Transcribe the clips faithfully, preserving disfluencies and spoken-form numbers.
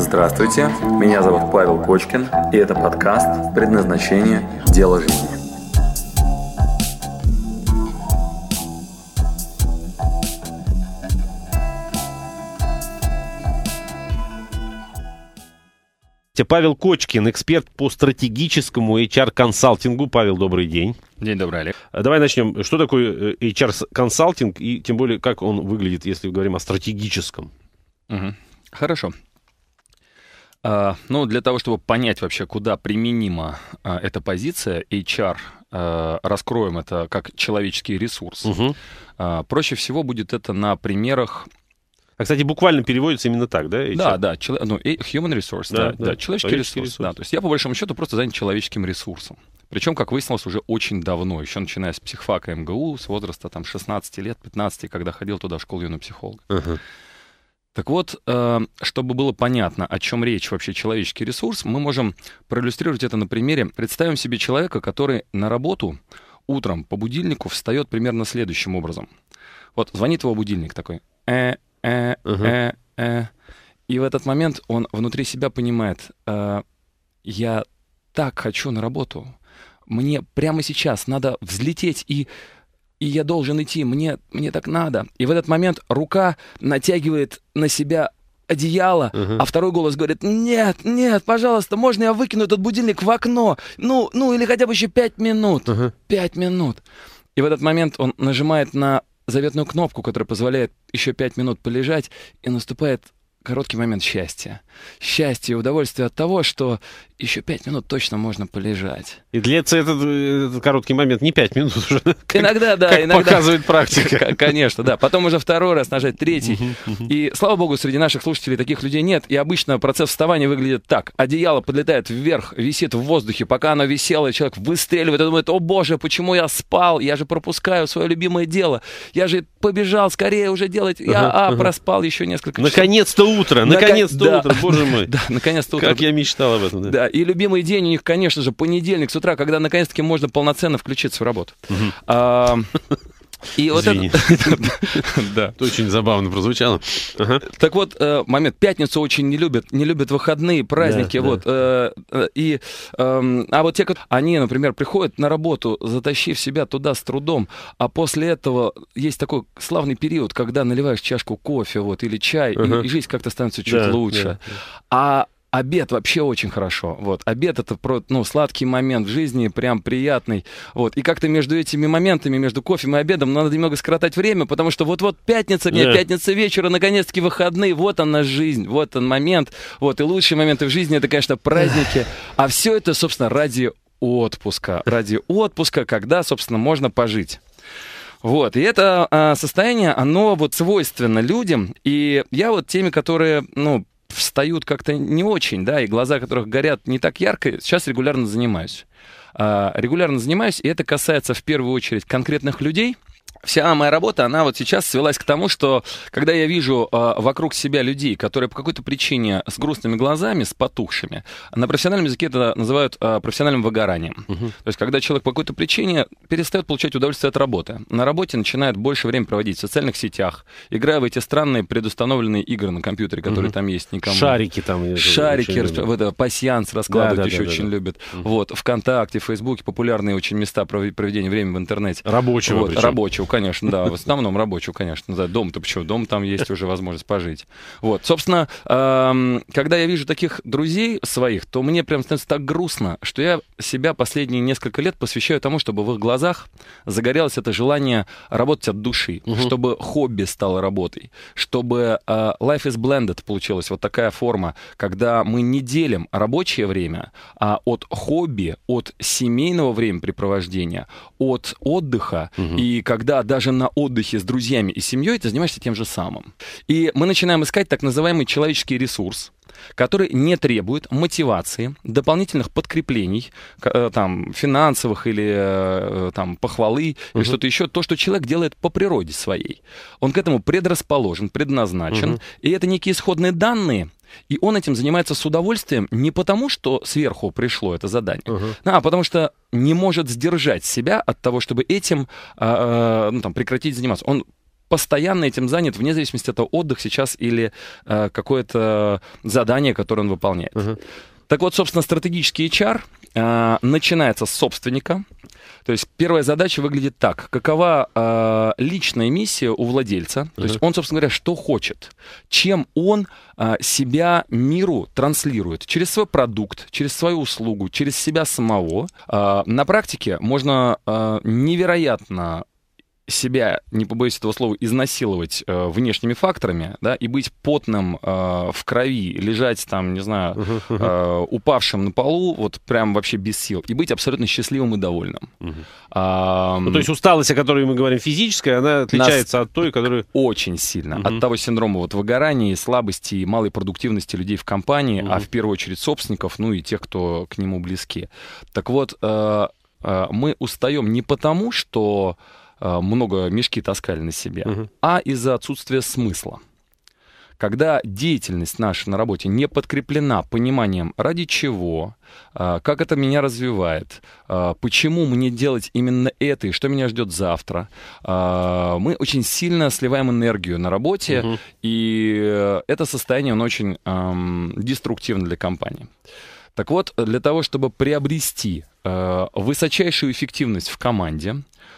Здравствуйте, меня зовут Павел Кочкин, и это подкаст «Предназначение. Дело жизни». Павел Кочкин, эксперт по стратегическому эйч ар-консалтингу. Павел, добрый день. День добрый, Олег. Давай начнем. Что такое эйч ар-консалтинг и тем более, как он выглядит, если говорим о стратегическом? Угу. Хорошо. А, ну, для того, чтобы понять вообще, куда применима а, эта позиция, эйч ар, а, раскроем это как человеческий ресурс. Угу. А, проще всего будет это на примерах. А, кстати, буквально переводится именно так, да? эйч ар? Да, да, чело... ну, human resource, да, да, да, да, человеческий, человеческий ресурс. ресурс. Да, то есть я, по большому счету, просто занят человеческим ресурсом. Причем, как выяснилось, уже очень давно, еще начиная с психфака эм гэ у, с возраста там шестнадцати лет, пятнадцати, когда ходил туда в школу юного психолога. Uh-huh. Так вот, чтобы было понятно, о чем речь вообще человеческий ресурс, мы можем проиллюстрировать это на примере. Представим себе человека, который на работу утром по будильнику встает примерно следующим образом. Вот звонит его будильник такой, э, э, э, э, и в этот момент он внутри себя понимает, э, я так хочу на работу, мне прямо сейчас надо взлететь и... и я должен идти, мне, мне так надо. И в этот момент рука натягивает на себя одеяло, uh-huh. а второй голос говорит, нет, нет, пожалуйста, можно я выкину этот будильник в окно? Ну, ну или хотя бы еще пять минут. Uh-huh. Пять минут. И в этот момент он нажимает на заветную кнопку, которая позволяет еще пять минут полежать, и наступает короткий момент счастья. Счастье и удовольствие от того, что еще пять минут точно можно полежать. И длится этот, этот короткий момент не пять минут уже. Как, иногда, да. Как иногда, показывает практика. Конечно, да. Потом уже второй раз нажать, третий. И, слава богу, среди наших слушателей таких людей нет. И обычно процесс вставания выглядит так. Одеяло подлетает вверх, висит в воздухе. Пока оно висело, человек выстреливает и думает, о боже, почему я спал? Я же пропускаю свое любимое дело. Я же побежал, скорее уже делать. Я а, проспал еще несколько часов. Наконец-то утро, наконец-то да. утро, боже мой. Да, наконец-то утро. Как я мечтал об этом. Да. Да, и любимый день у них, конечно же, понедельник с утра, когда наконец-таки можно полноценно включиться в работу. А, и вот Извини. это... да. Это очень забавно прозвучало. Ага. Так вот, момент. Пятницу очень не любят, не любят выходные, праздники. Да, вот, да. И, а вот те, они, например, приходят на работу, затащив себя туда с трудом, а после этого есть такой славный период, когда наливаешь чашку кофе вот, или чай, ага. и, и жизнь как-то становится чуть да, лучше. Да, да. А обед вообще очень хорошо. Вот. Обед — это ну, сладкий момент в жизни, прям приятный. Вот. И как-то между этими моментами, между кофе и обедом, надо немного скоротать время, потому что вот-вот пятница, дня, yeah. пятница вечера, наконец-таки выходные, вот она жизнь, вот он момент. Вот. И лучшие моменты в жизни — это, конечно, праздники. А все это, собственно, ради отпуска. Ради отпуска, когда, собственно, можно пожить. Вот, и это а, состояние, оно вот свойственно людям, и я вот теми, которые, ну, встают как-то не очень, да, и глаза которых горят не так ярко, сейчас регулярно занимаюсь. А, регулярно занимаюсь, и это касается в первую очередь конкретных людей. Вся моя работа, она вот сейчас свелась к тому, что когда я вижу э, вокруг себя людей, которые по какой-то причине с грустными глазами, с потухшими, на профессиональном языке это называют э, профессиональным выгоранием. Uh-huh. То есть когда человек по какой-то причине перестает получать удовольствие от работы, на работе начинает больше времени проводить в социальных сетях, играя в эти странные предустановленные игры на компьютере, которые uh-huh. там есть никому. Шарики там. Шарики, расп... в это, пасьянс раскладывать да, да, еще да, очень да, любят. Uh-huh. Вот, ВКонтакте, в Фейсбуке популярные очень места проведения времени в интернете. Рабочего вот, рабочего, конечно, да, в основном рабочего, конечно, да, дом-то почему, дом там есть уже возможность пожить. Вот, собственно, эм, когда я вижу таких друзей своих, то мне прям становится так грустно, что я себя последние несколько лет посвящаю тому, чтобы в их глазах загорелось это желание работать от души, угу. чтобы хобби стало работой, чтобы э, life is blended получилась вот такая форма, когда мы не делим рабочее время, а от хобби, от семейного времяпрепровождения, от отдыха, угу. и когда даже на отдыхе с друзьями и семьей ты занимаешься тем же самым. И мы начинаем искать так называемый человеческий ресурс, который не требует мотивации, дополнительных подкреплений, там, финансовых или там, похвалы, uh-huh. или что-то еще, то, что человек делает по природе своей. Он к этому предрасположен, предназначен, uh-huh. и это некие исходные данные, и он этим занимается с удовольствием не потому, что сверху пришло это задание, uh-huh. а потому что не может сдержать себя от того, чтобы этим э, ну, там, прекратить заниматься. Он постоянно этим занят, вне зависимости от того, отдых сейчас или э, какое-то задание, которое он выполняет. Uh-huh. Так вот, собственно, стратегический эйч ар э, начинается с собственника. То есть первая задача выглядит так. Какова э, личная миссия у владельца? Uh-huh. То есть он, собственно говоря, что хочет? Чем он э, себя миру транслирует? Через свой продукт, через свою услугу, через себя самого. Э, на практике можно э, невероятно себя, не побоюсь этого слова, изнасиловать э, внешними факторами, да, и быть потным э, в крови, лежать там, не знаю, uh-huh, uh-huh. Э, упавшим на полу, вот прям вообще без сил, и быть абсолютно счастливым и довольным. Uh-huh. А, ну, то есть усталость, о которой мы говорим, физическая, она отличается от той, которая... Очень сильно. Uh-huh. От того синдрома вот выгорания, слабости и малой продуктивности людей в компании, uh-huh. а в первую очередь собственников, ну и тех, кто к нему близки. Так вот, э, э, мы устаем не потому, что много мешки таскали на себе, uh-huh. а из-за отсутствия смысла. Когда деятельность наша на работе не подкреплена пониманием, ради чего, как это меня развивает, почему мне делать именно это и что меня ждет завтра, мы очень сильно сливаем энергию на работе, uh-huh. и это состояние, оно очень эм, деструктивно для компании. Так вот, для того, чтобы приобрести э, высочайшую эффективность в команде,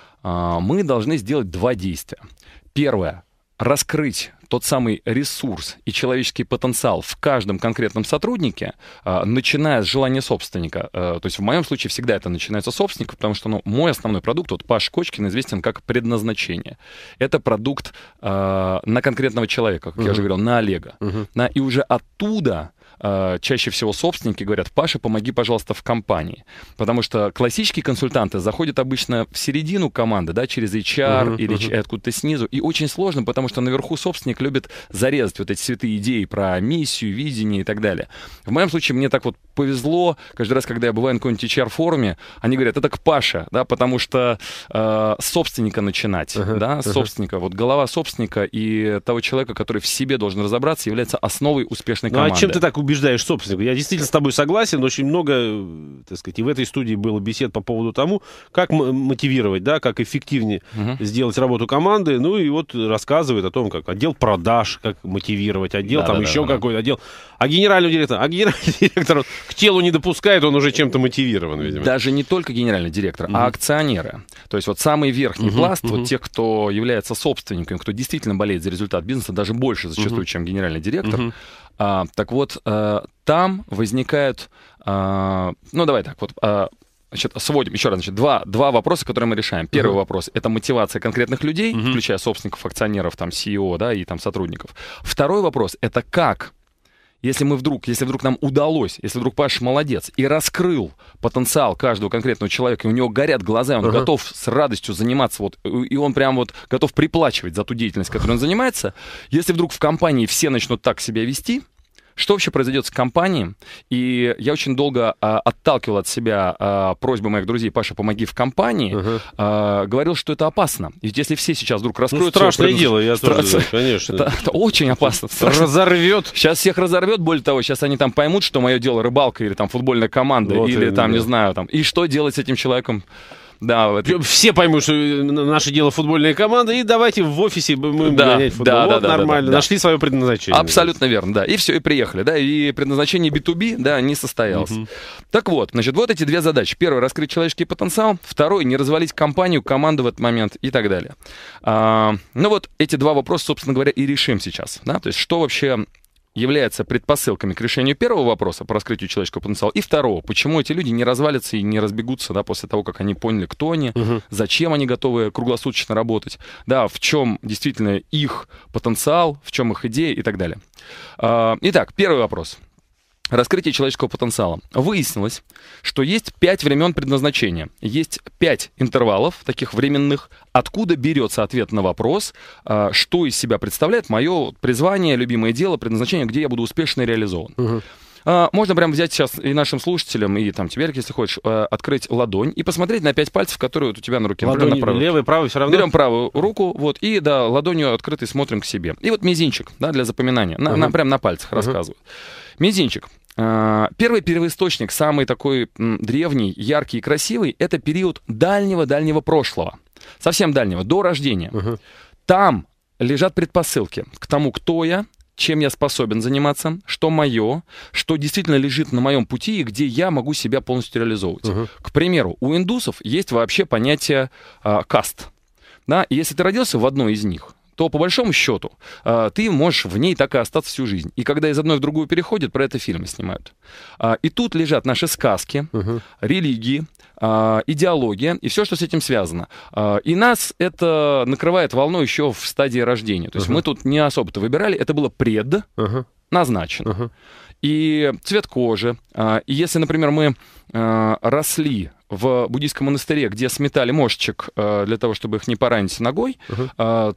мы должны сделать два действия. Первое — раскрыть тот самый ресурс и человеческий потенциал в каждом конкретном сотруднике, начиная с желания собственника. То есть в моем случае всегда это начинается с собственника, потому что ну, мой основной продукт, вот Паша Кочкин, известен как предназначение. Это продукт на конкретного человека, как uh-huh. я уже говорил, на Олега. Uh-huh. Да, и уже оттуда... чаще всего собственники говорят: Паша, помоги, пожалуйста, в компании. Потому что классические консультанты заходят обычно в середину команды, да, через эйч ар uh-huh, или uh-huh. откуда-то снизу. И очень сложно, потому что наверху собственник любит зарезать вот эти святые идеи про миссию, видение и так далее. В моем случае мне так вот повезло. Каждый раз, когда я бываю на каком-нибудь эйч ар-форуме, они говорят: это к Паше, да, потому что э, с собственника начинать, uh-huh, да, с uh-huh. собственника. Вот голова собственника и того человека, который в себе должен разобраться, является основой успешной команды. Ну а чем ты так убеждаешь собственника? Я действительно с тобой согласен, очень много, так сказать, и в этой студии было бесед по поводу тому, как мотивировать, да, как эффективнее uh-huh. сделать работу команды, ну и вот рассказывает о том, как отдел продаж, как мотивировать отдел, да, там да, еще да, какой-то да. отдел. А генеральный директор, а генеральный директор к телу не допускает, он уже чем-то мотивирован, видимо. Даже не только генеральный директор, uh-huh. а акционеры. То есть вот самый верхний uh-huh. пласт, uh-huh. вот тех, кто является собственником, кто действительно болеет за результат бизнеса, даже больше зачастую, uh-huh. чем генеральный директор. Uh-huh. А, так вот, а, там возникают, а, ну давай так, вот, а, значит, сводим еще раз, значит, два, два вопроса, которые мы решаем. Первый uh-huh. вопрос — это мотивация конкретных людей, uh-huh. включая собственников, акционеров, там, си и о, да, и там сотрудников. Второй вопрос — это как, если мы вдруг, если вдруг нам удалось, если вдруг Паша молодец и раскрыл потенциал каждого конкретного человека, и у него горят глаза, и он uh-huh. готов с радостью заниматься, вот, и он прям вот готов приплачивать за ту деятельность, которой он занимается, если вдруг в компании все начнут так себя вести, что вообще произойдет с компанией? И я очень долго а, отталкивал от себя а, просьбы моих друзей: Паша, помоги в компании. Uh-huh. А, говорил, что это опасно. Ведь если все сейчас вдруг раскроют... Ну, страшное предназ... дело, я Стра... тоже, конечно. Это, это очень опасно. Разорвет. Сейчас всех разорвет, более того, сейчас они там поймут, что мое дело рыбалка или там футбольная команда, вот или там, да. не знаю, там... И что делать с этим человеком? Да, это... Все поймут, что наше дело футбольная команда, и давайте в офисе будем да, гонять футбол. Да, вот, да, нормально, да, да, нашли да. свое предназначение. Абсолютно да. верно, да. И все, и приехали, да, и предназначение би ту би, да, не состоялось. Uh-huh. Так вот, значит, вот эти две задачи. Первый — раскрыть человеческий потенциал. Второй — не развалить компанию, команду в этот момент и так далее. А, ну вот эти два вопроса, собственно говоря, и решим сейчас, да, то есть что вообще... является предпосылками к решению первого вопроса по раскрытию человеческого потенциала и второго, почему эти люди не развалятся и не разбегутся, да, после того, как они поняли, кто они, uh-huh. зачем они готовы круглосуточно работать, да, в чем действительно их потенциал, в чем их идея и так далее. Итак, первый вопрос. Раскрытие человеческого потенциала. Выяснилось, что есть пять времен предназначения. Есть пять интервалов, таких временных, откуда берется ответ на вопрос, что из себя представляет мое призвание, любимое дело, предназначение, где я буду успешно реализован. Угу. Можно прямо взять сейчас и нашим слушателям, и там тебе, если хочешь, открыть ладонь и посмотреть на пять пальцев, которые вот у тебя на руке. Ладонь левой, правой все равно? Берем правую руку, вот, и, да, ладонью открытой смотрим к себе. И вот мизинчик, да, для запоминания, на, угу. на, прямо на пальцах угу. рассказываю. Мизинчик. Первый первоисточник, самый такой древний, яркий и красивый, это период дальнего-дальнего прошлого. Совсем дальнего, до рождения. Uh-huh. Там лежат предпосылки к тому, кто я, чем я способен заниматься, что мое, что действительно лежит на моем пути и где я могу себя полностью реализовывать. Uh-huh. К примеру, у индусов есть вообще понятие а, каст. Да? И если ты родился в одной из них, то по большому счету а, ты можешь в ней так и остаться всю жизнь. И когда из одной в другую переходят, про это фильмы снимают. А, и тут лежат наши сказки, uh-huh. религии, а, идеология и все, что с этим связано. А, и нас это накрывает волной еще в стадии рождения. То есть uh-huh. мы тут не особо-то выбирали, это было предназначено. Uh-huh. Uh-huh. И цвет кожи. А, и если, например, мы а, росли в буддийском монастыре, где сметали мошечек э, для того, чтобы их не поранить ногой, uh-huh. э,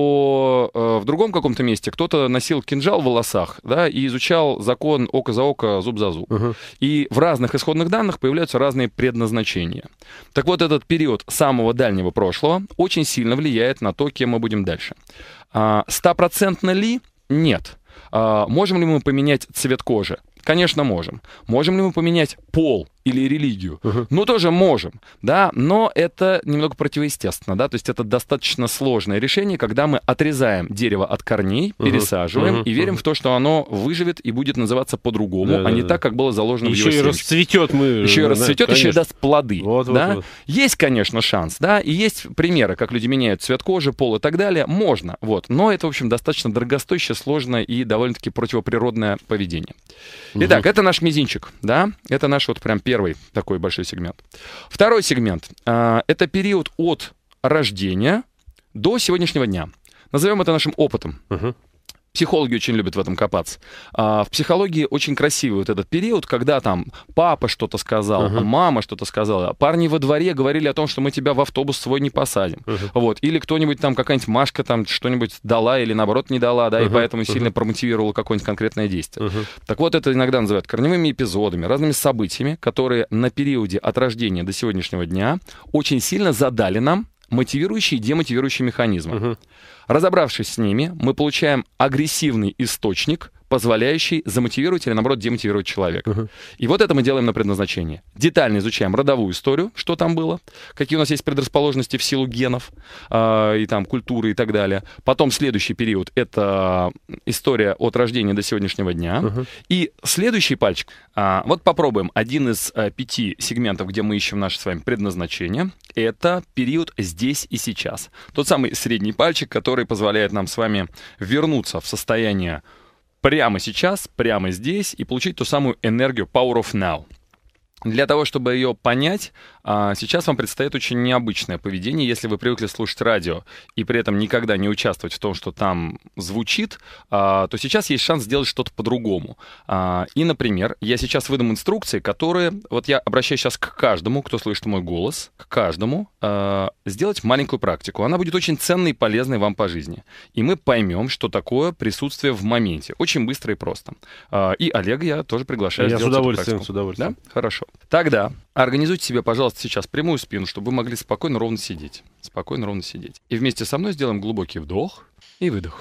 то э, в другом каком-то месте кто-то носил кинжал в волосах, да, и изучал закон око за око, зуб за зуб. Uh-huh. И в разных исходных данных появляются разные предназначения. Так вот, этот период самого дальнего прошлого очень сильно влияет на то, кем мы будем дальше. Стопроцентно ли? Нет. А, можем ли мы поменять цвет кожи? Конечно, можем. Можем ли мы поменять пол или религию? Uh-huh. Ну, тоже можем, да, но это немного противоестественно, да, то есть это достаточно сложное решение, когда мы отрезаем дерево от корней, uh-huh. пересаживаем uh-huh. и верим uh-huh. в то, что оно выживет и будет называться по-другому, да, а не да, так, как было заложено еще в его и расцветет мы. Еще и расцветет, да, еще и даст плоды, вот, да. Вот, вот. Есть, конечно, шанс, да, и есть примеры, как люди меняют цвет кожи, пол и так далее, можно, вот, но это, в общем, достаточно дорогостоящее, сложное и довольно-таки противоприродное поведение. Итак, это наш мизинчик, да, это наш вот прям первый такой большой сегмент. Второй сегмент э, — это период от рождения до сегодняшнего дня. Назовем это нашим опытом. Uh-huh. Психологи очень любят в этом копаться. А, в психологии очень красивый вот этот период, когда там папа что-то сказал, uh-huh. мама что-то сказала, парни во дворе говорили о том, что мы тебя в автобус свой не посадим. Uh-huh. Вот. Или кто-нибудь там, какая-нибудь Машка там что-нибудь дала или наоборот не дала, да, uh-huh. и поэтому uh-huh. сильно промотивировала какое-нибудь конкретное действие. Uh-huh. Так вот, это иногда называют корневыми эпизодами, разными событиями, которые на периоде от рождения до сегодняшнего дня очень сильно задали нам мотивирующие и демотивирующие механизмы. Uh-huh. Разобравшись с ними, мы получаем агрессивный источник, позволяющий замотивировать или, наоборот, демотивировать человека. Uh-huh. И вот это мы делаем на предназначение. Детально изучаем родовую историю, что там было, какие у нас есть предрасположенности в силу генов, э, и там культуры и так далее. Потом следующий период — это история от рождения до сегодняшнего дня. Uh-huh. И следующий пальчик. Э, вот попробуем один из э, пяти сегментов, где мы ищем наше с вами предназначение. Это период здесь и сейчас. Тот самый средний пальчик, который позволяет нам с вами вернуться в состояние прямо сейчас, прямо здесь и получить ту самую энергию Power of Now. Для того, чтобы ее понять, сейчас вам предстоит очень необычное поведение. Если вы привыкли слушать радио и при этом никогда не участвовать в том, что там звучит, то сейчас есть шанс сделать что-то по-другому. И, например, я сейчас выдам инструкции, которые... Вот я обращаюсь сейчас к каждому, кто слышит мой голос, к каждому, сделать маленькую практику. Она будет очень ценной и полезной вам по жизни. И мы поймем, что такое присутствие в моменте. Очень быстро и просто. И Олега я тоже приглашаю я сделать с удовольствием, эту практику. с удовольствием. Да? Хорошо. Тогда организуйте себе, пожалуйста, сейчас прямую спину, чтобы вы могли спокойно, ровно сидеть. Спокойно, ровно сидеть. И вместе со мной сделаем глубокий вдох и выдох.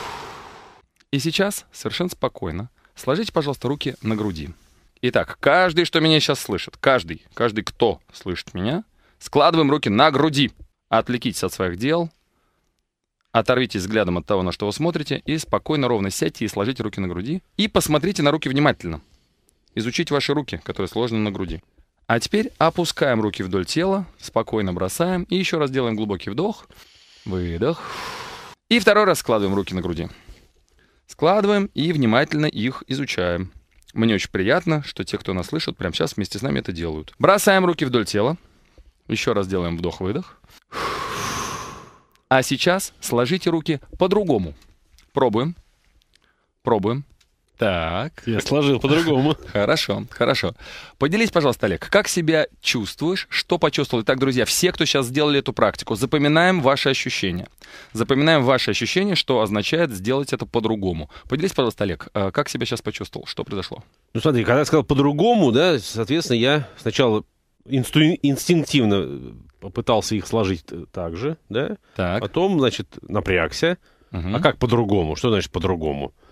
И сейчас совершенно спокойно сложите, пожалуйста, руки на груди. Итак, каждый, что меня сейчас слышит, каждый, каждый, кто слышит меня, складываем руки на груди. Отвлекитесь от своих дел, оторвитесь взглядом от того, на что вы смотрите, и спокойно, ровно сядьте и сложите руки на груди. И посмотрите на руки внимательно. Изучите ваши руки, которые сложены на груди. А теперь опускаем руки вдоль тела, спокойно бросаем. И еще раз делаем глубокий вдох, выдох. И второй раз складываем руки на груди. Складываем и внимательно их изучаем. Мне очень приятно, что те, кто нас слышит, прямо сейчас вместе с нами это делают. Бросаем руки вдоль тела. Еще раз делаем вдох-выдох. А сейчас сложите руки по-другому. Пробуем. Пробуем. Так. Я сложил по-другому. Хорошо, хорошо. Поделись, пожалуйста, Олег, как себя чувствуешь, что почувствовал? Итак, друзья, все, кто сейчас сделали эту практику, запоминаем ваши ощущения. Запоминаем ваши ощущения, что означает сделать это по-другому. Поделись, пожалуйста, Олег, как себя сейчас почувствовал? Что произошло? Ну, смотри, когда я сказал по-другому, да, соответственно, я сначала инсту... инстинктивно попытался их сложить так же, да, так. Потом, значит, напрягся. Угу. А как по-другому? Что значит по-другому?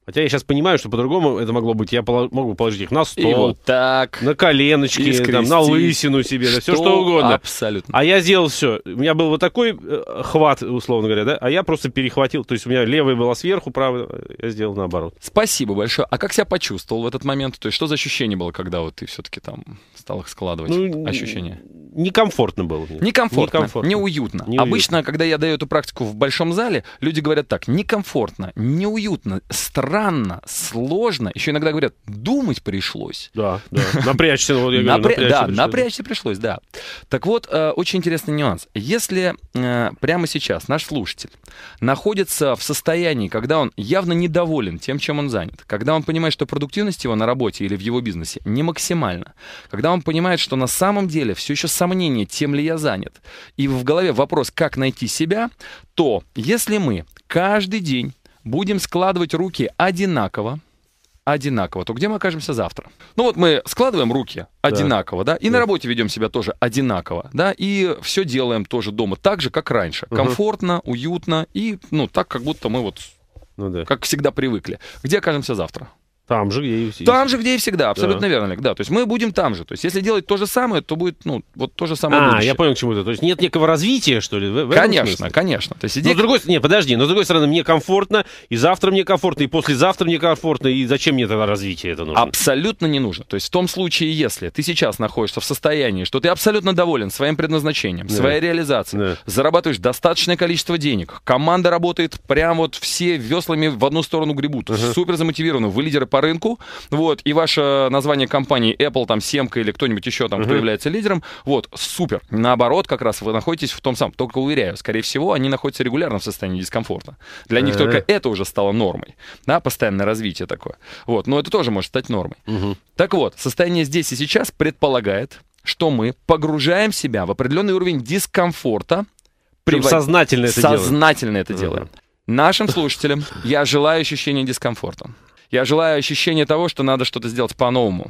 Хотя я сейчас понимаю, что по-другому это могло быть. Я поло- могу положить их на стол, И вот так. на коленочки, там, на лысину себе, да, все что угодно. Абсолютно. А я сделал все. У меня был вот такой э, хват, условно говоря, да, а я просто перехватил. То есть у меня левая была сверху, правая, я сделал наоборот. Спасибо большое. А как себя почувствовал в этот момент? То есть что за ощущение было, когда вот ты все-таки там стал их складывать? Ну, ощущение? Некомфортно было. Мне. Некомфортно, Некомфортно. неуютно. Неуютно. Обычно, когда я даю эту практику в большом зале, люди говорят так: некомфортно, неуютно, странно, сложно. Еще иногда говорят, думать пришлось. Да, да. Напрячься, вот я говорю, Напря... напрячься Да, пришлось. напрячься пришлось, да. Так вот, э, очень интересный нюанс. Если э, прямо сейчас наш слушатель находится в состоянии, когда он явно недоволен тем, чем он занят, когда он понимает, что продуктивность его на работе или в его бизнесе не максимальна, когда он понимает, что на самом деле все еще сомнение, тем ли я занят, и в голове вопрос, как найти себя, то если мы каждый день будем складывать руки одинаково, одинаково, то где мы окажемся завтра? Ну вот мы складываем руки одинаково, да, и да. на работе ведем себя тоже одинаково, да, и все делаем тоже дома так же, как раньше. Угу. Комфортно, уютно и, ну, так, как будто мы вот, Ну, да. как всегда привыкли. Где окажемся завтра? Там же, где и все. Там же, где и всегда, абсолютно Да. верно, Олег, да. То есть мы будем там же. То есть если делать то же самое, то будет, ну, вот то же самое А, будущее. я понял, к чему это. То есть нет некого развития, что ли? В, в этом Конечно, смысле? конечно. То есть Но идея... с другой стороны, нет, подожди, но с другой стороны, мне комфортно, и завтра мне комфортно, и послезавтра мне комфортно, и зачем мне тогда развитие это нужно? Абсолютно не нужно. То есть в том случае, если ты сейчас находишься в состоянии, что ты абсолютно доволен своим предназначением, Да. своей реализацией, Да. зарабатываешь достаточное количество денег, команда работает прям вот все веслами в одну сторону гребут, Uh-huh. супер замотивированы, вы лидеры по рынку, вот, и ваше название компании Apple, там, Семка или кто-нибудь еще там, Uh-huh. кто является лидером, вот, супер. Наоборот, как раз вы находитесь в том самом, только уверяю, скорее всего, они находятся регулярно в состоянии дискомфорта. Для них Uh-huh. только это уже стало нормой, да, постоянное развитие такое. Вот, но это тоже может стать нормой. Угу. Так вот, состояние здесь и сейчас предполагает, что мы погружаем себя в определенный уровень дискомфорта. Причем привод- сознательно это делаем. Сознательно это Ага. делаем. Нашим слушателям я желаю ощущения дискомфорта. Я желаю ощущения того, что надо что-то сделать по-новому.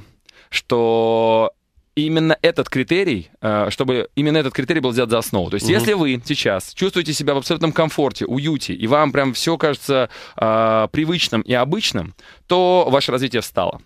Что именно этот критерий, э, чтобы именно этот критерий был взят за основу. То есть, Мгм. если вы сейчас чувствуете себя в абсолютном комфорте, уюте, и вам прям все кажется э, привычным и обычным, то ваше развитие встало.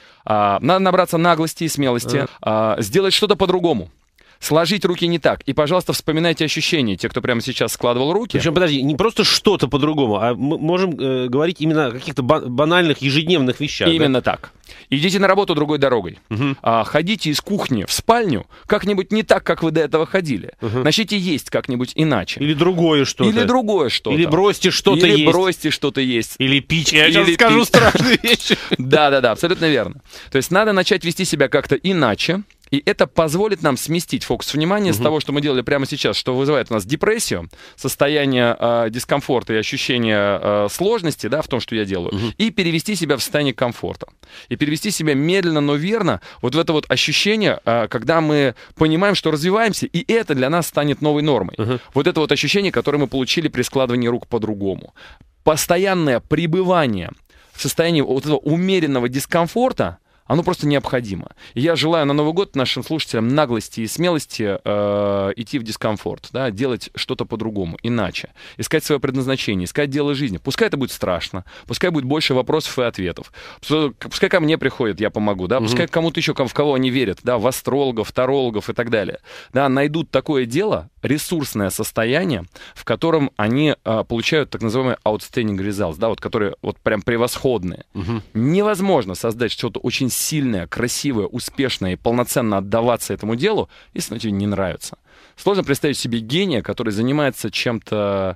А, надо набраться наглости и смелости, а, сделать что-то по-другому. Сложить руки не так. И, пожалуйста, вспоминайте ощущения, те, кто прямо сейчас складывал руки. Причем, подожди, не просто что-то по-другому, а мы можем э, говорить именно о каких-то ба- банальных ежедневных вещах. Именно так. Идите на работу другой дорогой. Мгм. А, ходите из кухни в спальню как-нибудь не так, как вы до этого ходили. Мгм. Начните есть как-нибудь иначе. Или другое что-то. Или другое что-то. Или бросьте что-то Или есть. бросьте что-то есть. Или пить. Я Или сейчас скажу пить. страшные вещи. Да-да-да, абсолютно верно. То есть надо начать вести себя как-то иначе, и это позволит нам сместить фокус внимания с того, что мы делали прямо сейчас, что вызывает у нас депрессию, состояние э, дискомфорта и ощущение э, сложности, да, в том, что я делаю, и перевести себя в состояние комфорта. И перевести себя медленно, но верно вот в это вот ощущение, э, когда мы понимаем, что развиваемся, и это для нас станет новой нормой. Мгм. Вот это вот ощущение, которое мы получили при складывании рук по-другому. Постоянное пребывание в состоянии вот этого умеренного дискомфорта, оно просто необходимо. И я желаю на Новый год нашим слушателям наглости и смелости э, идти в дискомфорт, да, делать что-то по-другому, иначе. Искать свое предназначение, искать дело жизни. Пускай это будет страшно, пускай будет больше вопросов и ответов. Пускай ко мне приходят, я помогу, да, пускай кому-то еще, в кого они верят, да, в астрологов, тарологов и так далее. Да, найдут такое дело, ресурсное состояние, в котором они э, получают так называемые outstanding results, да, вот, которые вот прям превосходные. Мгм. Невозможно создать что-то очень сильное, красивое, успешное и полноценно отдаваться этому делу, если оно тебе не нравится. Сложно представить себе гения, который занимается чем-то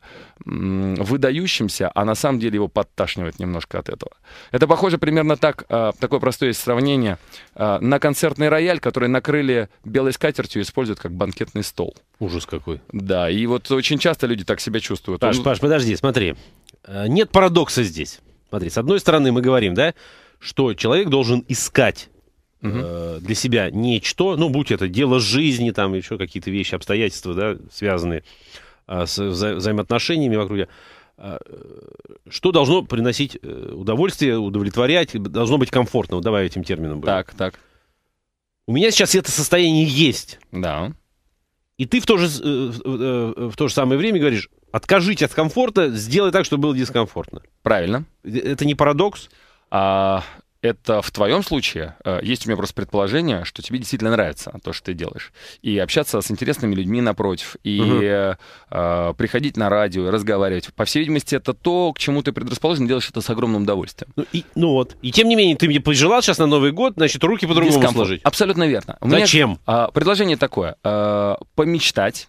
м, выдающимся, а на самом деле его подташнивает немножко от этого. Это похоже примерно так, э, такое простое есть сравнение, э, на концертный рояль, который накрыли белой скатертью и используют как банкетный стол. Ужас какой. Да, и вот очень часто люди так себя чувствуют. Паш, Он- Паш, подожди, смотри. Э, Нет парадокса здесь. Смотри, с одной стороны мы говорим, да, что человек должен искать э, для себя нечто, ну, будь это дело жизни, там, еще какие-то вещи, обстоятельства, да, связанные э, с вза- взаимоотношениями вокруг тебя, э, что должно приносить э, удовольствие, удовлетворять, должно быть комфортно, вот давай этим термином будем. Так, так, У меня сейчас это состояние есть, да. и ты в то же, с- э, в, э, в то же самое время говоришь, откажите от комфорта, сделай так, чтобы было дискомфортно. Правильно. Это не парадокс? А, это в твоем случае э, есть у меня просто предположение, что тебе действительно нравится то, что ты делаешь. И общаться с интересными людьми напротив, и угу. э, э, приходить на радио, и разговаривать. По всей видимости, это то, к чему ты предрасположен, делаешь это с огромным удовольствием. Ну, и, ну вот. И тем не менее, ты мне пожелал сейчас на Новый год, значит, руки по-другому Дискомфорт. сложить. Абсолютно верно. У Зачем? Меня, э, предложение такое. Э, помечтать.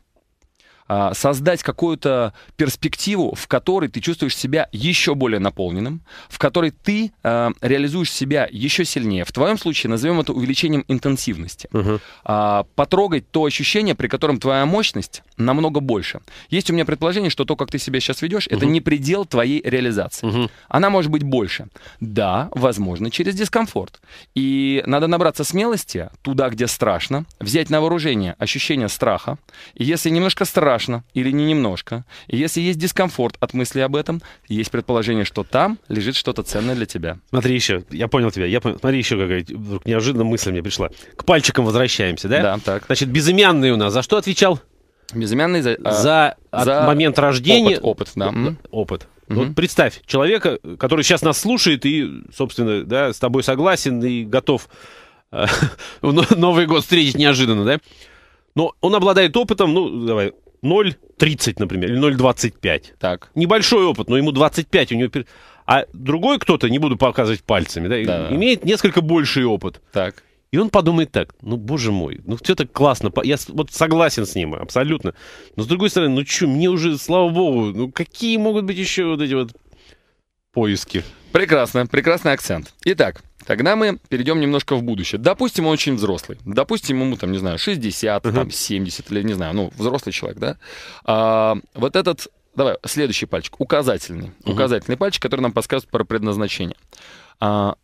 Создать какую-то перспективу, в которой ты чувствуешь себя еще более наполненным, в которой ты э, реализуешь себя еще сильнее. В твоем случае назовем это увеличением интенсивности. Uh-huh. А, потрогать то ощущение, при котором твоя мощность намного больше. Есть у меня предположение, что то, как ты себя сейчас ведешь, uh-huh. это не предел твоей реализации. Uh-huh. Она может быть больше. Да, возможно, через дискомфорт. И надо набраться смелости туда, где страшно, взять на вооружение ощущение страха. И если немножко страшно, или не немножко. И если есть дискомфорт от мысли об этом, есть предположение, что там лежит что-то ценное для тебя. Смотри еще, я понял тебя, я понял, смотри еще какая вдруг неожиданная мысль мне пришла. К пальчикам возвращаемся, да? Да, так. Значит, безымянный у нас за что отвечал? Безымянный за... За, а, за момент рождения... Опыт, опыт, да. Опыт. Mm-hmm. Вот представь, человека, который сейчас нас слушает и, собственно, да, с тобой согласен и готов э, Новый год встретить неожиданно, да? Но он обладает опытом, ну, давай... ноль тридцать, например, или ноль двадцать пять. Так. Небольшой опыт, но ему двадцать пять. У него... А другой кто-то, не буду показывать пальцами, да, да. имеет несколько больший опыт. Так. И он подумает так, ну, боже мой, ну, все так классно, я вот согласен с ним, абсолютно. Но, с другой стороны, ну, что, мне уже, слава богу, ну, какие могут быть еще вот эти вот поиски? Прекрасно, прекрасный акцент. Итак, тогда мы перейдем немножко в будущее. Допустим, он очень взрослый. Допустим, ему, там, не знаю, шестьдесят, uh-huh. там, семьдесят, или, не знаю, ну, взрослый человек, да? А, вот этот, давай, следующий пальчик, указательный. Uh-huh. Указательный пальчик, который нам подсказывает про предназначение. А,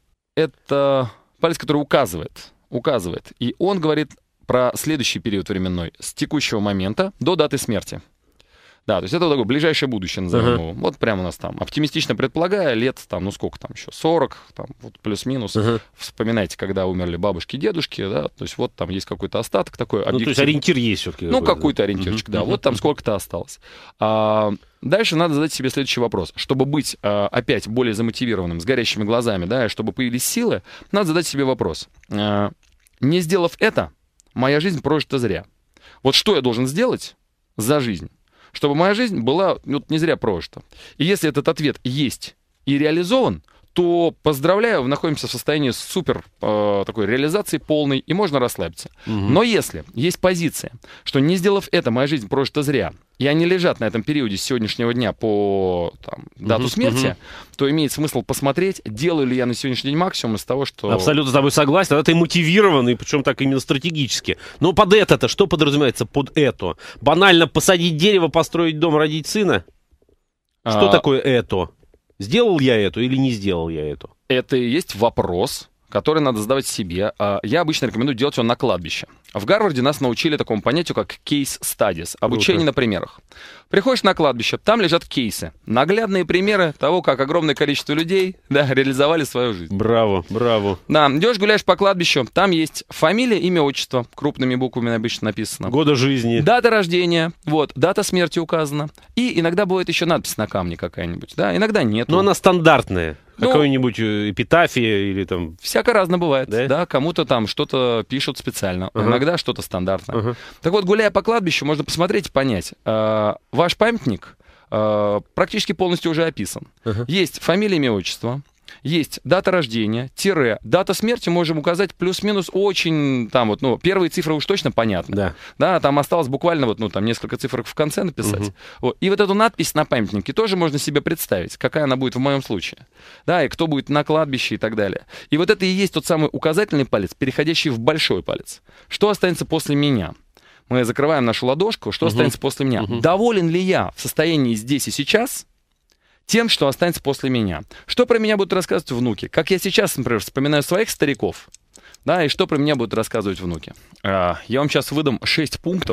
это палец, который указывает, указывает. И он говорит про следующий период временной, с текущего момента до даты смерти. Да, то есть это вот такое ближайшее будущее, назовем uh-huh. его. Вот прямо у нас там, оптимистично предполагая, лет там, ну сколько там еще, сорок, там, вот плюс-минус. Uh-huh. Вспоминайте, когда умерли бабушки и дедушки, да, то есть вот там есть какой-то остаток такой. Ну, то есть ориентир есть все-таки. Ну, какой-то ориентирчик, uh-huh. да, uh-huh. вот там сколько-то осталось. А, дальше надо задать себе следующий вопрос. Чтобы быть а, опять более замотивированным, с горящими глазами, да, и чтобы появились силы, надо задать себе вопрос. А, не сделав это, моя жизнь прожита зря. Вот что я должен сделать за жизнь, чтобы моя жизнь была вот, не зря прожита. И если этот ответ есть и реализован, то, поздравляю, мы находимся в состоянии супер э, такой реализации полной, и можно расслабиться. Угу. Но если есть позиция, что не сделав это, моя жизнь прожита зря, и они лежат на этом периоде с сегодняшнего дня по там, дату угу, смерти, угу. то имеет смысл посмотреть, делаю ли я на сегодняшний день максимум из того, что... Абсолютно с тобой согласен, тогда ты мотивированный, причем так именно стратегически. Но под это-то что подразумевается под это? Банально посадить дерево, построить дом, родить сына? Что а... такое это? Сделал я это или не сделал я это? Это и есть вопрос, который надо задавать себе. Я обычно рекомендую делать его на кладбище. В Гарварде нас научили такому понятию, как case studies, обучение на примерах. Приходишь на кладбище, там лежат кейсы, наглядные примеры того, как огромное количество людей, да, реализовали свою жизнь. Браво, браво. Да, идешь, гуляешь по кладбищу, там есть фамилия, имя, отчество, крупными буквами обычно написано. Года жизни. Дата рождения, вот, дата смерти указана. И иногда бывает еще надпись на камне какая-нибудь, да, иногда нет. Но она стандартная. Ну, какой-нибудь эпитафия или там... Всяко разно бывает, да? да? Кому-то там что-то пишут специально, uh-huh. иногда что-то стандартное. Uh-huh. Так вот, гуляя по кладбищу, можно посмотреть и понять. Э, ваш памятник э, практически полностью уже описан. Uh-huh. Есть фамилия, имя, отчество. Есть дата рождения, тире, дата смерти можем указать плюс-минус очень, там вот, ну, первые цифры уж точно понятны. Да. Да, там осталось буквально вот, ну, там несколько цифр в конце написать. Угу. Вот. И вот эту надпись на памятнике тоже можно себе представить, какая она будет в моем случае. Да, и кто будет на кладбище и так далее. И вот это и есть тот самый указательный палец, переходящий в большой палец. Что останется после меня? Мы закрываем нашу ладошку, что угу. останется после меня? Угу. Доволен ли я в состоянии здесь и сейчас тем, что останется после меня? Что про меня будут рассказывать внуки? Как я сейчас, например, вспоминаю своих стариков, да, и что про меня будут рассказывать внуки? Я вам сейчас выдам шесть пунктов,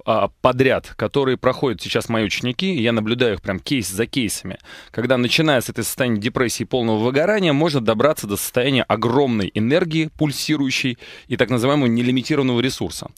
а, подряд, которые проходят сейчас мои ученики, я наблюдаю их прям кейс за кейсами, когда, начиная с этой состояния депрессии и полного выгорания, можно добраться до состояния огромной энергии, пульсирующей, и так называемого нелимитированного ресурса.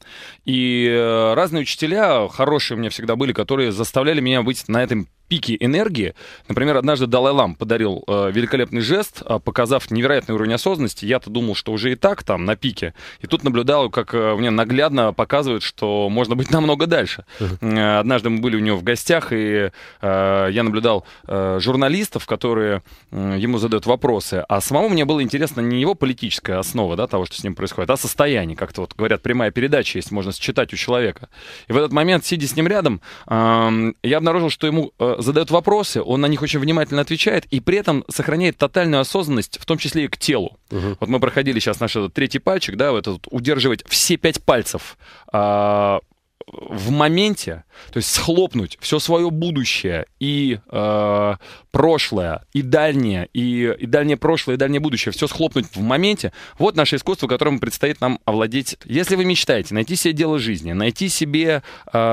И э, разные учителя, хорошие у меня всегда были, которые заставляли меня быть на этом пике энергии. Например, однажды Далай-Лама подарил э, великолепный жест, э, показав невероятный уровень осознанности. Я-то думал, что уже и так там на пике. И тут наблюдал, как э, мне наглядно показывают, что можно быть намного дальше. Uh-huh. Э, однажды мы были у него в гостях, и э, я наблюдал э, журналистов, которые э, ему задают вопросы. А самому мне было интересно не его политическая основа, да, того, что с ним происходит, а состояние. Как-то вот говорят, прямая передача есть, можно считать у человека. И в этот момент, сидя с ним рядом, э, я обнаружил, что ему э, задают вопросы, он на них очень внимательно отвечает и при этом сохраняет тотальную осознанность, в том числе и к телу. Uh-huh. Вот мы проходили сейчас наш этот третий пальчик, да, вот этот, удерживать все пять пальцев а, в моменте, то есть схлопнуть все свое будущее и э, прошлое, и дальнее, и, и дальнее прошлое, и дальнее будущее, все схлопнуть в моменте. Вот наше искусство, которым предстоит нам овладеть. Если вы мечтаете найти себе дело жизни, найти себе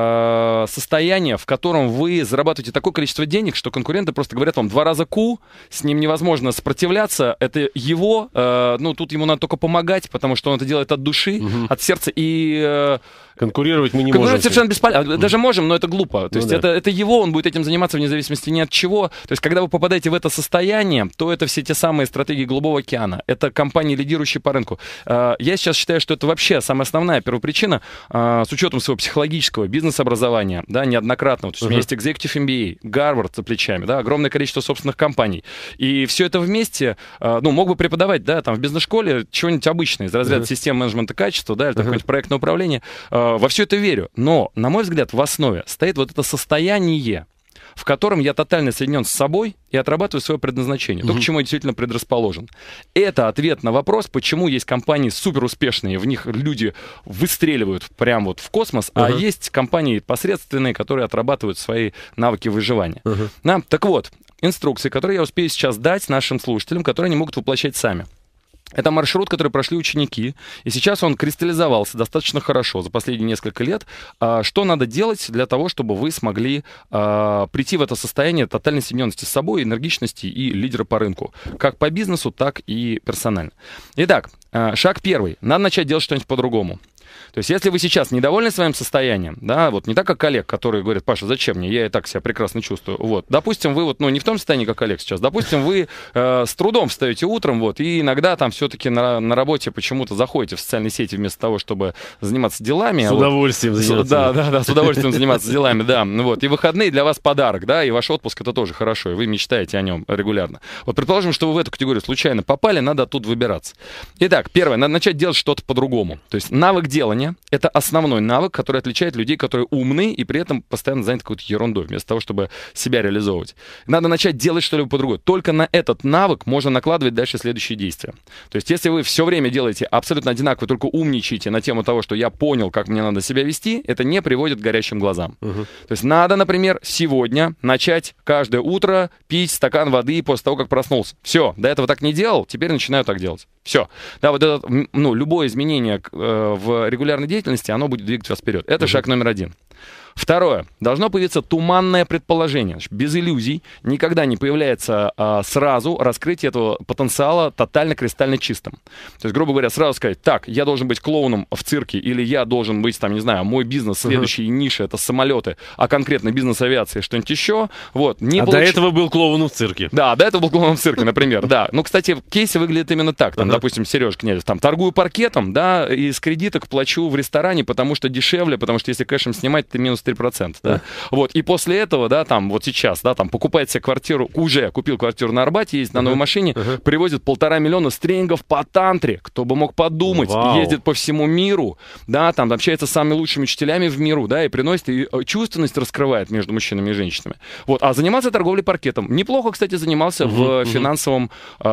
э, состояние, в котором вы зарабатываете такое количество денег, что конкуренты просто говорят вам два раза ку, с ним невозможно сопротивляться, это его, э, ну тут ему надо только помогать, потому что он это делает от души, угу. от сердца, и... Э, конкурировать мы не конкурировать можем. Совершенно бесполезно. Даже можем, но это глупо. То ну есть да. это, это его, он будет этим заниматься вне зависимости ни от чего. То есть когда вы попадаете в это состояние, то это все те самые стратегии Голубого океана. Это компании, лидирующие по рынку. Я сейчас считаю, что это вообще самая основная первопричина, с учетом своего психологического бизнес-образования, да, неоднократного. То есть uh-huh. у меня есть Executive эм би эй, Гарвард за плечами, да, огромное количество собственных компаний. И все это вместе, ну, мог бы преподавать, да, там в бизнес-школе чего-нибудь обычное из разряда uh-huh. систем менеджмента качества, да, или uh-huh. какое-нибудь проектное управление. Во все это верю. Но, на мой взгляд, в основе стоит вот это состояние, в котором я тотально соединен с собой и отрабатываю свое предназначение. То, mm-hmm. к чему я действительно предрасположен. Это ответ на вопрос, почему есть компании суперуспешные, в них люди выстреливают прямо вот в космос, uh-huh. а есть компании посредственные, которые отрабатывают свои навыки выживания. Uh-huh. Да? Так вот, инструкции, которые я успею сейчас дать нашим слушателям, которые они могут воплощать сами. Это маршрут, который прошли ученики, и сейчас он кристаллизовался достаточно хорошо за последние несколько лет. Что надо делать для того, чтобы вы смогли прийти в это состояние тотальной соединенности с собой, энергичности и лидера по рынку, как по бизнесу, так и персонально. Итак, шаг первый. Надо начать делать что-нибудь по-другому. То есть, если вы сейчас недовольны своим состоянием, да, вот не так, как Олег, который говорит: Паша, зачем мне, я и так себя прекрасно чувствую. Вот, допустим, вы вот, ну, не в том состоянии, как Олег сейчас, допустим, вы э, с трудом встаете утром, вот, и иногда там все-таки на, на работе почему-то заходите в социальные сети вместо того, чтобы заниматься делами. С удовольствием вот, заниматься. Да, да, да, с удовольствием заниматься делами, да. Вот, и выходные для вас подарок, да, и ваш отпуск — это тоже хорошо, и вы мечтаете о нем регулярно. Вот, предположим, что вы в эту категорию случайно попали, надо оттуда выбираться. Итак, первое, надо начать делать что-то по-другому. То есть навык делания — это основной навык, который отличает людей, которые умны и при этом постоянно заняты какой-то ерундой, вместо того, чтобы себя реализовывать. Надо начать делать что-либо по-другому. Только на этот навык можно накладывать дальше следующие действия. То есть, если вы все время делаете абсолютно одинаково, только умничаете на тему того, что я понял, как мне надо себя вести, это не приводит к горящим глазам. Uh-huh. То есть, надо, например, сегодня начать каждое утро пить стакан воды после того, как проснулся. Все, до этого так не делал, теперь начинаю так делать. Все. Да, вот это, ну, любое изменение э, в регулярной деятельности, оно будет двигать вас вперед. Это uh-huh. шаг номер один. Второе. Должно появиться туманное предположение. Без иллюзий никогда не появляется а, сразу раскрытие этого потенциала тотально кристально чистым. То есть, грубо говоря, сразу сказать: так, я должен быть клоуном в цирке, или я должен быть, там, не знаю, мой бизнес, следующие uh-huh. ниши — это самолеты, а конкретно бизнес авиации, что-нибудь еще. Вот, не а получ... до этого был клоуном в цирке. Да, до этого был клоуном в цирке, например, да. Ну, кстати, кейсы выглядят именно так. Там, uh-huh. допустим, Сережа Князев, там, торгую паркетом, да, и с кредиток плачу в ресторане, потому что дешевле, потому что если кэшем снимать, то минус три процента, да? Вот, и после этого, да, там, вот сейчас, да, там, покупает себе квартиру, уже купил квартиру на Арбате, ездит на новой uh-huh. машине, uh-huh. привозит полтора миллиона стрингов по тантре, кто бы мог подумать, wow. ездит по всему миру, да, там, общается с самыми лучшими учителями в миру, да, и приносит, и чувственность раскрывает между мужчинами и женщинами. Вот, а занимался торговлей паркетом. Неплохо, кстати, занимался uh-huh. в финансовом,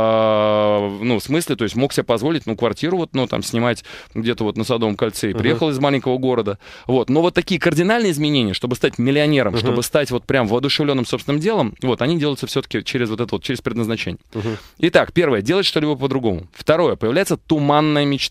э, ну, смысле, то есть мог себе позволить, ну, квартиру вот, ну, там, снимать где-то вот на Садовом кольце, и uh-huh. приехал из маленького города, вот, но вот такие кардинальные изменения, чтобы стать миллионером, uh-huh. чтобы стать вот прям воодушевленным собственным делом, вот, они делаются все-таки через вот это вот, через предназначение. Uh-huh. Итак, первое, делать что-либо по-другому. Второе, появляется туманная мечта.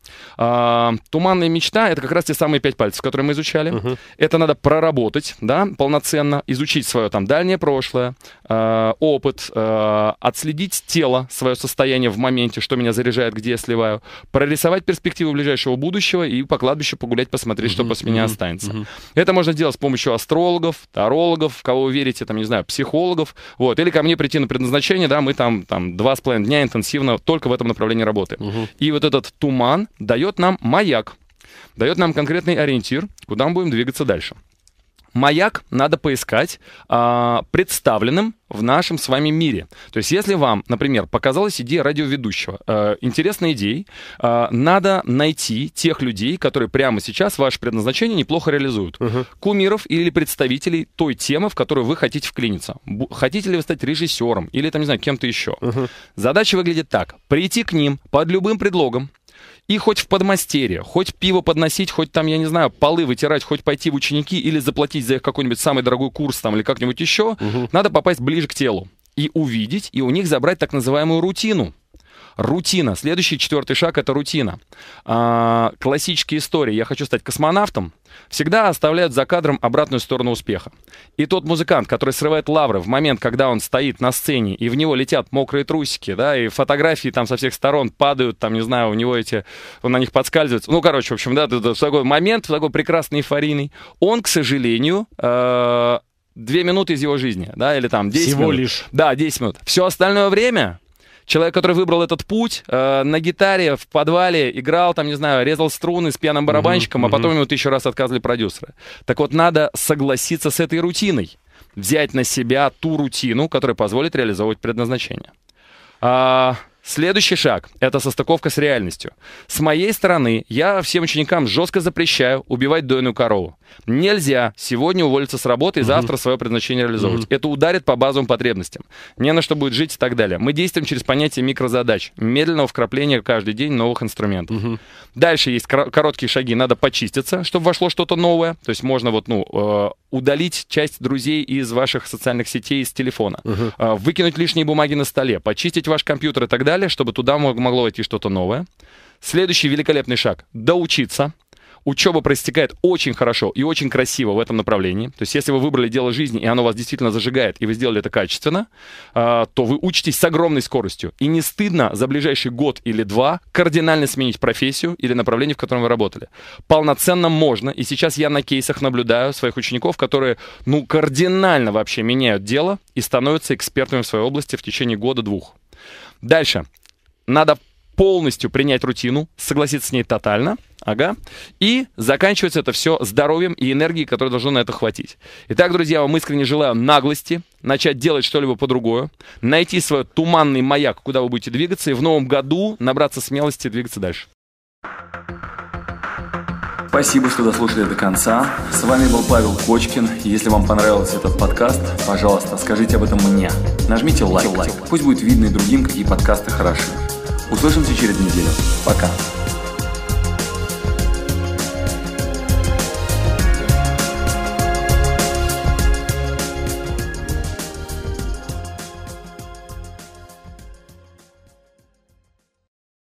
А, туманная мечта — это как раз те самые пять пальцев, которые мы изучали. Uh-huh. Это надо проработать, да, полноценно, изучить свое там дальнее прошлое, э, опыт, э, отследить тело, свое состояние в моменте, что меня заряжает, где я сливаю, прорисовать перспективу ближайшего будущего и по кладбищу погулять, посмотреть, uh-huh. что после uh-huh. меня останется. Uh-huh. Это можно делать с помощью астрологов, тарологов, в кого вы верите, там, не знаю, психологов, вот, или ко мне прийти на предназначение, да, мы там, там два с половиной дня интенсивно только в этом направлении работаем. Uh-huh. И вот этот туман дает нам маяк, дает нам конкретный ориентир, куда мы будем двигаться дальше. Маяк надо поискать а, представленным в нашем с вами мире. То есть если вам, например, показалась идея радиоведущего, э, интересной идеей, э, надо найти тех людей, которые прямо сейчас ваше предназначение неплохо реализуют. Uh-huh. Кумиров или представителей той темы, в которую вы хотите вклиниться. Б- хотите ли вы стать режиссером или, там, не знаю, кем-то еще. Uh-huh. Задача выглядит так. Прийти к ним под любым предлогом, и хоть в подмастерье, хоть пиво подносить, хоть там, я не знаю, полы вытирать, хоть пойти в ученики или заплатить за их какой-нибудь самый дорогой курс там или как-нибудь еще, угу. надо попасть ближе к телу и увидеть, и у них забрать так называемую рутину. Рутина. Следующий, четвертый шаг — это рутина. А, классические истории. Я хочу стать космонавтом. Всегда оставляют за кадром обратную сторону успеха. И тот музыкант, который срывает лавры в момент, когда он стоит на сцене, и в него летят мокрые трусики, да, и фотографии там со всех сторон падают, там, не знаю, у него эти, он на них подскальзывается. Ну, короче, в общем, да, это, это такой момент, такой прекрасный, эйфорийный. Он, к сожалению, э, две минуты из его жизни, да, или там десять Всего минут. лишь. Да, десять минут. Все остальное время... Человек, который выбрал этот путь, э, на гитаре в подвале играл, там, не знаю, резал струны с пьяным барабанщиком, uh-huh, а потом uh-huh. ему тысячу раз отказывали продюсеры. Так вот, надо согласиться с этой рутиной. Взять на себя ту рутину, которая позволит реализовывать предназначение. А, следующий шаг — это состыковка с реальностью. С моей стороны, я всем ученикам жестко запрещаю убивать дойную корову. Нельзя сегодня уволиться с работы и uh-huh. завтра свое предназначение реализовывать. Uh-huh. Это ударит по базовым потребностям. Не на что будет жить и так далее. Мы действуем через понятие микрозадач, медленного вкрапления каждый день новых инструментов. Uh-huh. Дальше есть кор- короткие шаги. Надо почиститься, чтобы вошло что-то новое. То есть можно вот, ну, э- удалить часть друзей из ваших социальных сетей, из телефона. Uh-huh. Э- выкинуть лишние бумаги на столе, почистить ваш компьютер и так далее, чтобы туда могло войти что-то новое. Следующий великолепный шаг — доучиться. Учеба проистекает очень хорошо и очень красиво в этом направлении. То есть если вы выбрали дело жизни, и оно вас действительно зажигает, и вы сделали это качественно, то вы учитесь с огромной скоростью. И не стыдно за ближайший год или два кардинально сменить профессию или направление, в котором вы работали. Полноценно можно. И сейчас я на кейсах наблюдаю своих учеников, которые, ну, кардинально вообще меняют дело и становятся экспертами в своей области в течение года-двух. Дальше. Надо полностью принять рутину, согласиться с ней тотально, ага, и заканчивается это все здоровьем и энергией, которая должна на это хватить. Итак, друзья, вам искренне желаю наглости, начать делать что-либо по-другому, найти свой туманный маяк, куда вы будете двигаться, и в новом году набраться смелости и двигаться дальше. Спасибо, что дослушали до конца. С вами был Павел Кочкин. Если вам понравился этот подкаст, пожалуйста, скажите об этом мне. Нажмите лайк. Пусть будет видно и другим, какие подкасты хороши. Услышимся через неделю. Пока.